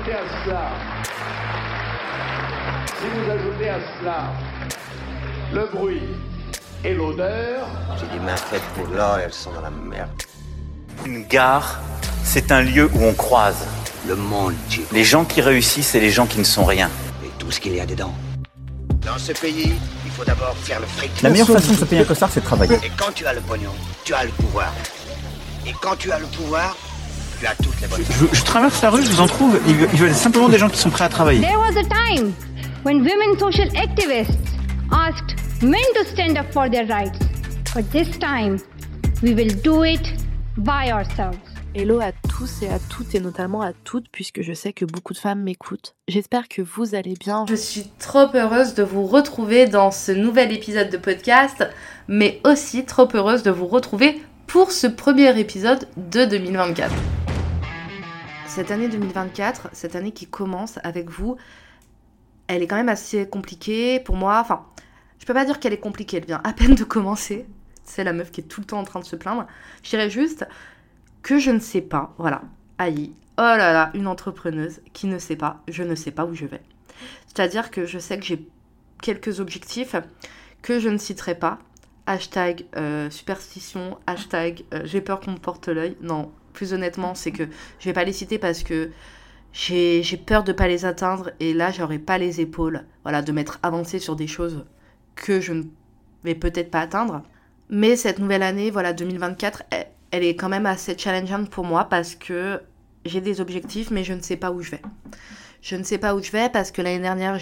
ajoutez à cela le bruit et l'odeur. J'ai des mains faites pour l'or et elles sont dans la merde. Une gare, c'est un lieu où on croise Le monde, Chico. les gens qui réussissent et les gens qui ne sont rien. Et tout ce qu'il y a dedans. Dans ce pays, il faut d'abord faire le fric. La meilleure façon de se payer un costard, c'est de travailler. Et quand tu as le pognon, tu as le pouvoir. Et quand tu as le pouvoir, tu as toutes les bonnes choses. Je traverse la rue, je vous en trouve, ils veulent simplement des gens qui sont prêts à travailler. There was a time when women social activists asked men to stand up for their rights. But this time, we will do it by ourselves. Hello à tous et à toutes et notamment à toutes puisque je sais que beaucoup de femmes m'écoutent. J'espère que vous allez bien. Je suis trop heureuse de vous retrouver dans ce nouvel épisode de podcast, mais aussi trop heureuse de vous retrouver pour ce premier épisode de 2024. Cette année 2024, cette année qui commence avec vous, elle est quand même assez compliquée pour moi. Enfin, je peux pas dire qu'elle est compliquée, elle vient à peine de commencer. C'est la meuf qui est tout le temps en train de se plaindre. Je dirais juste que je ne sais pas, voilà, aïe, oh là là, une entrepreneuse qui ne sait pas, je ne sais pas où je vais. C'est-à-dire que je sais que j'ai quelques objectifs que je ne citerai pas. Hashtag superstition, hashtag j'ai peur qu'on me porte l'œil. Non, plus honnêtement, c'est que je vais pas les citer parce que j'ai peur de pas les atteindre et là, j'aurais pas les épaules, voilà, de m'être avancée sur des choses que je ne vais peut-être pas atteindre. Mais cette nouvelle année, voilà, 2024, elle est quand même assez challengeante pour moi parce que j'ai des objectifs, mais je ne sais pas où je vais. Je ne sais pas où je vais parce que l'année dernière,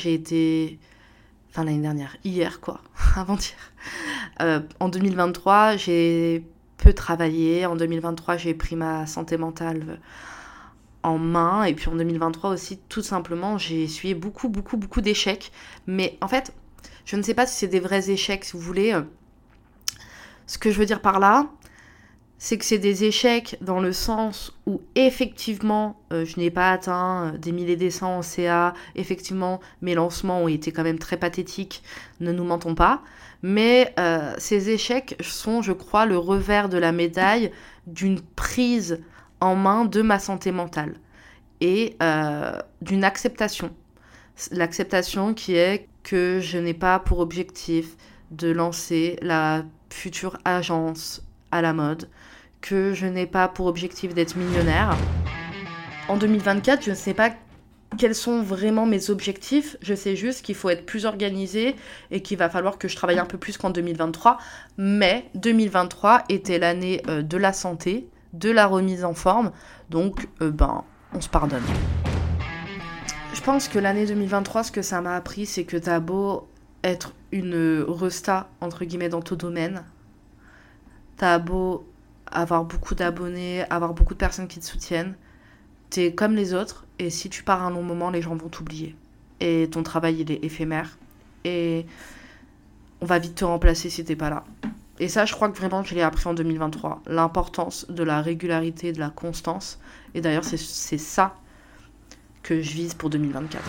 hier quoi, avant-hier. En 2023, j'ai peu travaillé. En 2023, j'ai pris ma santé mentale en main. Et puis en 2023 aussi, tout simplement, j'ai essuyé beaucoup d'échecs. Mais en fait, je ne sais pas si c'est des vrais échecs, si vous voulez. Ce que je veux dire par là, c'est que c'est des échecs dans le sens où effectivement je n'ai pas atteint des milliers des cents en CA, effectivement mes lancements ont été quand même très pathétiques, ne nous mentons pas, mais ces échecs sont, je crois, le revers de la médaille d'une prise en main de ma santé mentale et d'une acceptation. L'acceptation qui est que je n'ai pas pour objectif de lancer la future agence à la mode, que je n'ai pas pour objectif d'être millionnaire. En 2024, je ne sais pas quels sont vraiment mes objectifs, je sais juste qu'il faut être plus organisé et qu'il va falloir que je travaille un peu plus qu'en 2023, mais 2023 était l'année de la santé, de la remise en forme, donc on se pardonne. Je pense que l'année 2023, ce que ça m'a appris, c'est que t'as beau être une resta, entre guillemets, dans ton domaine, t'as beau avoir beaucoup d'abonnés, avoir beaucoup de personnes qui te soutiennent, t'es comme les autres, et si tu pars un long moment, les gens vont t'oublier. Et ton travail, il est éphémère, et on va vite te remplacer si t'es pas là. Et ça, je crois que vraiment, je l'ai appris en 2023, l'importance de la régularité, de la constance, et d'ailleurs, c'est ça que je vise pour 2024.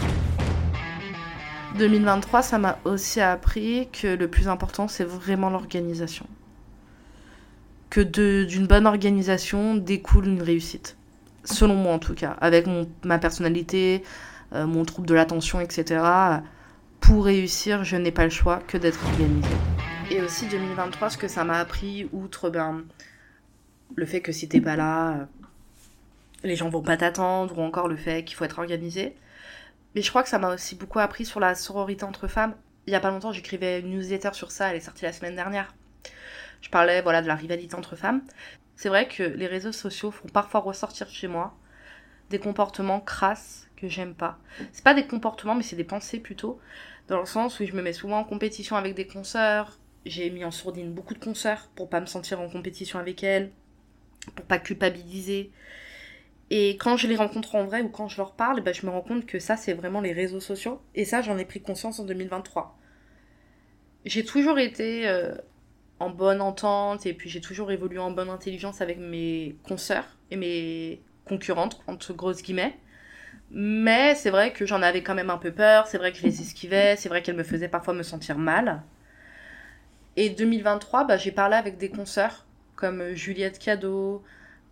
2023, ça m'a aussi appris que le plus important, c'est vraiment l'organisation. Que d'une bonne organisation découle une réussite. Selon moi, en tout cas. Avec ma personnalité, mon trouble de l'attention, etc. Pour réussir, je n'ai pas le choix que d'être organisée. Et aussi, 2023, ce que ça m'a appris, outre le fait que si t'es pas là, les gens vont pas t'attendre, ou encore le fait qu'il faut être organisé. Mais je crois que ça m'a aussi beaucoup appris sur la sororité entre femmes. Il y a pas longtemps, j'écrivais une newsletter sur ça, elle est sortie la semaine dernière. Je parlais de la rivalité entre femmes. C'est vrai que les réseaux sociaux font parfois ressortir chez moi des comportements crasses que j'aime pas. C'est pas des comportements, mais c'est des pensées plutôt, dans le sens où je me mets souvent en compétition avec des consoeurs. J'ai mis en sourdine beaucoup de consoeurs pour pas me sentir en compétition avec elles, pour pas culpabiliser. Et quand je les rencontre en vrai ou quand je leur parle, je me rends compte que ça, c'est vraiment les réseaux sociaux. Et ça, j'en ai pris conscience en 2023. J'ai toujours été en bonne entente et puis j'ai toujours évolué en bonne intelligence avec mes consoeurs et mes concurrentes, entre grosses guillemets. Mais c'est vrai que j'en avais quand même un peu peur, c'est vrai que je les esquivais, c'est vrai qu'elles me faisaient parfois me sentir mal. Et 2023, j'ai parlé avec des consoeurs comme Juliette Cadeau,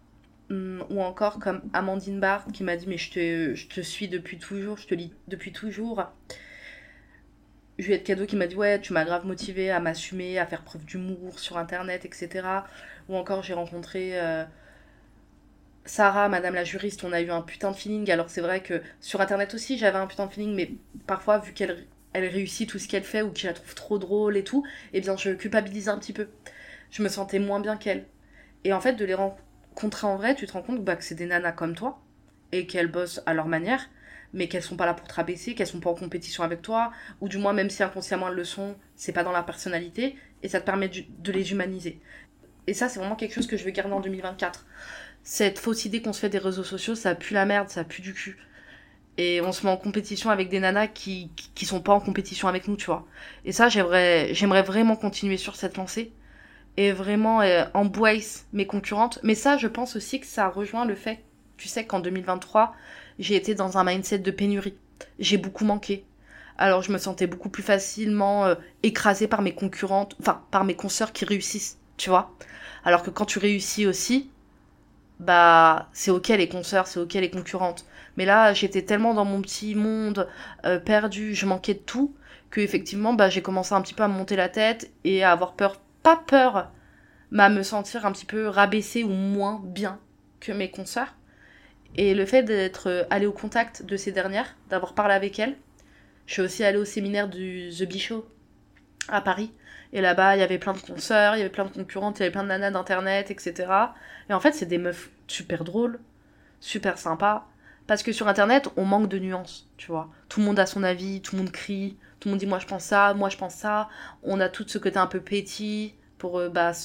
Ou encore comme Amandine Barr qui m'a dit mais je te suis depuis toujours, je te lis depuis toujours. Juliette Cadeau qui m'a dit ouais tu m'as grave motivée à m'assumer, à faire preuve d'humour sur internet, etc. Ou encore j'ai rencontré Sarah, madame la juriste, on a eu un putain de feeling. Alors c'est vrai que sur internet aussi j'avais un putain de feeling, mais parfois vu qu'elle réussit tout ce qu'elle fait ou que je la trouve trop drôle et tout, eh bien je culpabilisais un petit peu. Je me sentais moins bien qu'elle. Et en fait de les rencontrer en vrai, tu te rends compte que c'est des nanas comme toi et qu'elles bossent à leur manière, mais qu'elles sont pas là pour te rabaisser, qu'elles sont pas en compétition avec toi, ou du moins même si inconsciemment elles le sont, c'est pas dans leur personnalité, et ça te permet de les humaniser. Et ça c'est vraiment quelque chose que je veux garder en 2024. Cette fausse idée qu'on se fait des réseaux sociaux, ça pue la merde, ça pue du cul. Et on se met en compétition avec des nanas qui sont pas en compétition avec nous, tu vois. Et ça, j'aimerais vraiment continuer sur cette lancée. Et vraiment embrace mes concurrentes. Mais ça, je pense aussi que ça rejoint le fait, tu sais, qu'en 2023, j'ai été dans un mindset de pénurie. J'ai beaucoup manqué. Alors, je me sentais beaucoup plus facilement écrasée par mes concurrentes, enfin, par mes consoeurs qui réussissent, tu vois. Alors que quand tu réussis aussi, c'est ok les consoeurs, c'est ok les concurrentes. Mais là, j'étais tellement dans mon petit monde perdu, je manquais de tout, que effectivement, j'ai commencé un petit peu à me monter la tête et à avoir peur, pas peur, mais à me sentir un petit peu rabaissée ou moins bien que mes consoeurs. Et le fait d'être allée au contact de ces dernières, d'avoir parlé avec elles, je suis aussi allée au séminaire du The Bee Show à Paris. Et là-bas, il y avait plein de consoeurs, il y avait plein de concurrentes, il y avait plein de nanas d'internet, etc. Et en fait, c'est des meufs super drôles, super sympas. Parce que sur internet, on manque de nuances, tu vois. Tout le monde a son avis, tout le monde crie, tout le monde dit moi je pense ça, moi je pense ça. On a tout ce côté un peu petty pour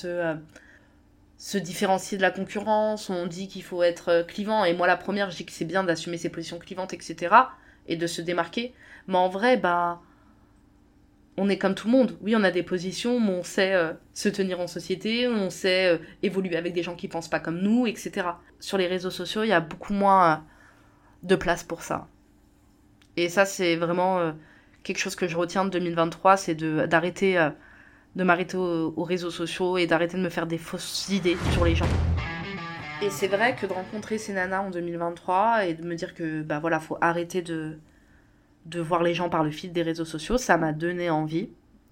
se différencier de la concurrence. On dit qu'il faut être clivant. Et moi, la première, je dis que c'est bien d'assumer ses positions clivantes, etc. Et de se démarquer. Mais en vrai, on est comme tout le monde. Oui, on a des positions, mais on sait se tenir en société, on sait évoluer avec des gens qui pensent pas comme nous, etc. Sur les réseaux sociaux, il y a beaucoup moins de place pour ça. Et ça, c'est vraiment quelque chose que je retiens de 2023, c'est d'arrêter de m'arrêter aux réseaux sociaux et d'arrêter de me faire des fausses idées sur les gens. Et c'est vrai que de rencontrer ces nanas en 2023 et de me dire que, faut arrêter de voir les gens par le fil des réseaux sociaux, ça m'a donné envie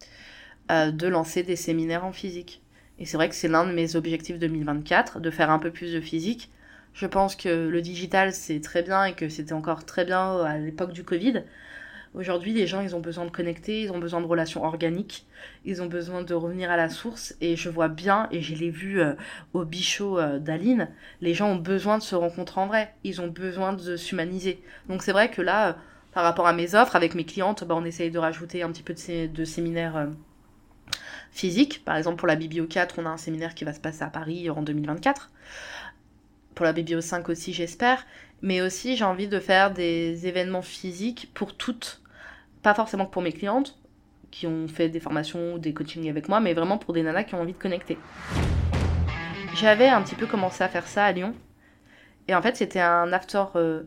de lancer des séminaires en physique. Et c'est vrai que c'est l'un de mes objectifs 2024, de faire un peu plus de physique. Je pense que le digital, c'est très bien et que c'était encore très bien à l'époque du Covid. Aujourd'hui, les gens, ils ont besoin de connecter, ils ont besoin de relations organiques, ils ont besoin de revenir à la source. Et je vois bien, et je l'ai vu au Bee Show d'Aline, les gens ont besoin de se rencontrer en vrai. Ils ont besoin de s'humaniser. Donc c'est vrai que là, par rapport à mes offres, avec mes clientes, on essaye de rajouter un petit peu de séminaires physiques. Par exemple, pour la Biblio 4, on a un séminaire qui va se passer à Paris en 2024. Pour la Biblio 5 aussi, j'espère. Mais aussi, j'ai envie de faire des événements physiques pour toutes. Pas forcément que pour mes clientes, qui ont fait des formations ou des coachings avec moi, mais vraiment pour des nanas qui ont envie de connecter. J'avais un petit peu commencé à faire ça à Lyon. Et en fait, c'était un after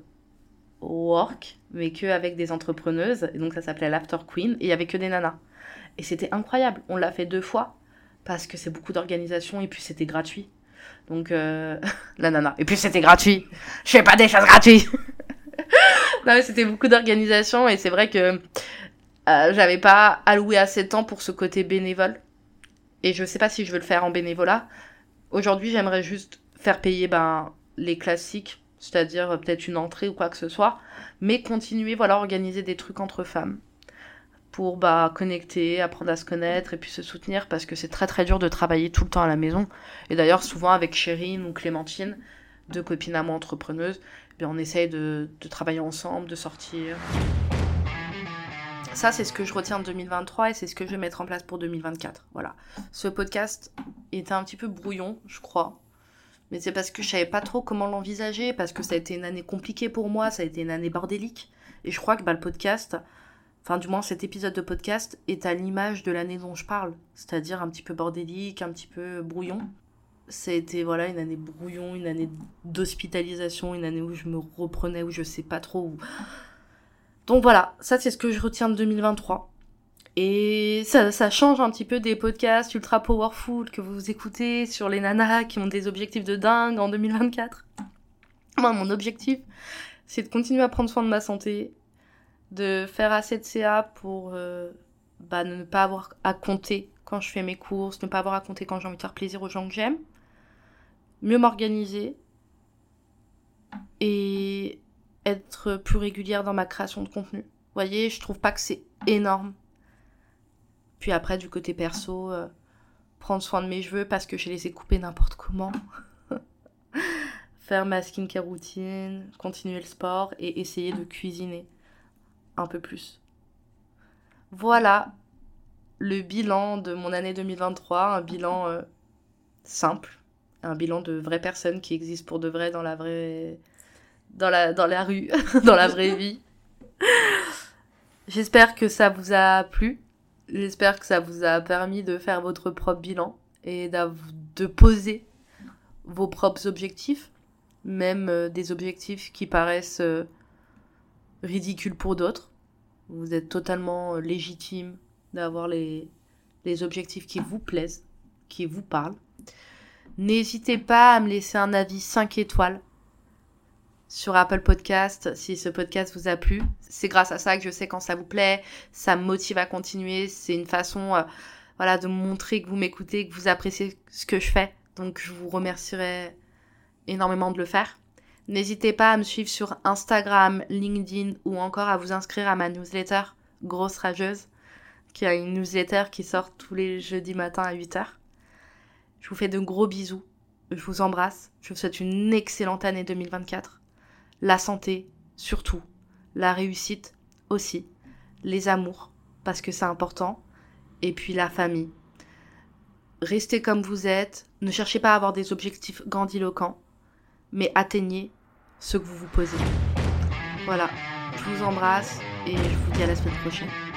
work, mais qu'avec des entrepreneuses. Et donc, ça s'appelait l'After Queen. Et il n'y avait que des nanas. Et c'était incroyable. On l'a fait 2 fois, parce que c'est beaucoup d'organisation, et puis c'était gratuit. Donc, la nana. Et puis c'était gratuit. Je fais pas des choses gratuites. Non, mais c'était beaucoup d'organisation, et c'est vrai que j'avais pas alloué assez de temps pour ce côté bénévole. Et je sais pas si je veux le faire en bénévolat. Aujourd'hui, j'aimerais juste faire payer les classiques, c'est-à-dire peut-être une entrée ou quoi que ce soit, mais continuer, organiser des trucs entre femmes pour connecter, apprendre à se connaître et puis se soutenir, parce que c'est très très dur de travailler tout le temps à la maison. Et d'ailleurs, souvent avec Chérine ou Clémentine, 2 copines à moi entrepreneuses, on essaye de travailler ensemble, de sortir. Ça, c'est ce que je retiens de 2023 et c'est ce que je vais mettre en place pour 2024. Voilà. Ce podcast était un petit peu brouillon, je crois. Mais c'est parce que je savais pas trop comment l'envisager, parce que ça a été une année compliquée pour moi, ça a été une année bordélique. Et je crois que le podcast, enfin du moins cet épisode de podcast, est à l'image de l'année dont je parle. C'est-à-dire un petit peu bordélique, un petit peu brouillon. Ça a été une année brouillon, une année d'hospitalisation, une année où je me reprenais, où je sais pas trop où. Donc voilà, ça c'est ce que je retiens de 2023. Et ça change un petit peu des podcasts ultra powerful que vous écoutez sur les nanas qui ont des objectifs de dingue en 2024. Moi, mon objectif, c'est de continuer à prendre soin de ma santé, de faire assez de CA pour ne pas avoir à compter quand je fais mes courses, ne pas avoir à compter quand j'ai envie de faire plaisir aux gens que j'aime, mieux m'organiser et être plus régulière dans ma création de contenu. Vous voyez, je trouve pas que c'est énorme. Puis après, du côté perso, prendre soin de mes cheveux parce que je les ai coupés n'importe comment. Faire ma skincare routine, continuer le sport et essayer de cuisiner un peu plus. Voilà le bilan de mon année 2023, un bilan simple, un bilan de vraies personnes qui existent pour de vrai dans la rue, dans la vraie vie. J'espère que ça vous a plu. J'espère que ça vous a permis de faire votre propre bilan et de poser vos propres objectifs, même des objectifs qui paraissent ridicules pour d'autres. Vous êtes totalement légitime d'avoir les objectifs qui vous plaisent, qui vous parlent. N'hésitez pas à me laisser un avis 5 étoiles sur Apple Podcast si ce podcast vous a plu. C'est grâce à ça que je sais quand ça vous plaît, ça me motive à continuer. C'est une façon de me montrer que vous m'écoutez, que vous appréciez ce que je fais. Donc je vous remercierai énormément de le faire. N'hésitez pas à me suivre sur Instagram, LinkedIn ou encore à vous inscrire à ma newsletter Grosse Rageuse, qui a une newsletter qui sort tous les jeudis matins à 8h. Je vous fais de gros bisous, je vous embrasse, je vous souhaite une excellente année 2024. La santé, surtout, la réussite aussi, les amours, parce que c'est important, et puis la famille. Restez comme vous êtes, ne cherchez pas à avoir des objectifs grandiloquents, mais atteignez ce que vous vous posez. Voilà, je vous embrasse et je vous dis à la semaine prochaine.